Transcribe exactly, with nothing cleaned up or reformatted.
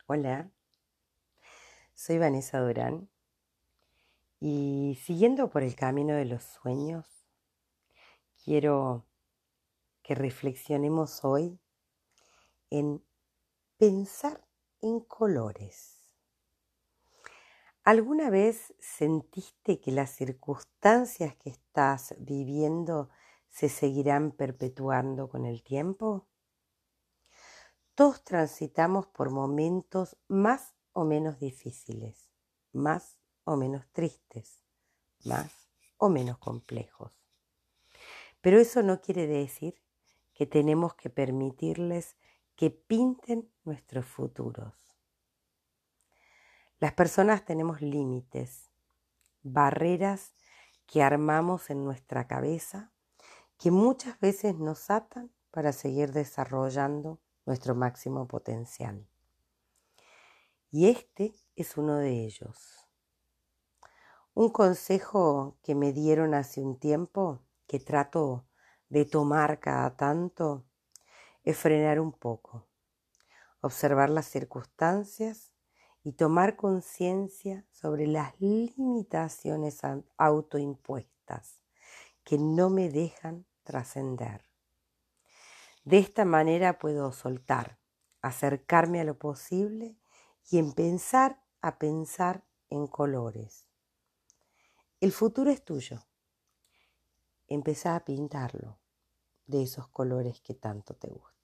Hola, soy Vanessa Durán y siguiendo por el camino de los sueños, quiero que reflexionemos hoy en pensar en colores. ¿Alguna vez sentiste que las circunstancias que estás viviendo se seguirán perpetuando con el tiempo? Todos transitamos por momentos más o menos difíciles, más o menos tristes, más o menos complejos. Pero eso no quiere decir que tenemos que permitirles que pinten nuestros futuros. Las personas tenemos límites, barreras que armamos en nuestra cabeza que muchas veces nos atan para seguir desarrollando nuestro máximo potencial. Y este es uno de ellos. Un consejo que me dieron hace un tiempo, que trato de tomar cada tanto, es frenar un poco, observar las circunstancias y tomar conciencia sobre las limitaciones autoimpuestas que no me dejan trascender. De esta manera puedo soltar, acercarme a lo posible y empezar a pensar en colores. El futuro es tuyo. Empezá a pintarlo de esos colores que tanto te gustan.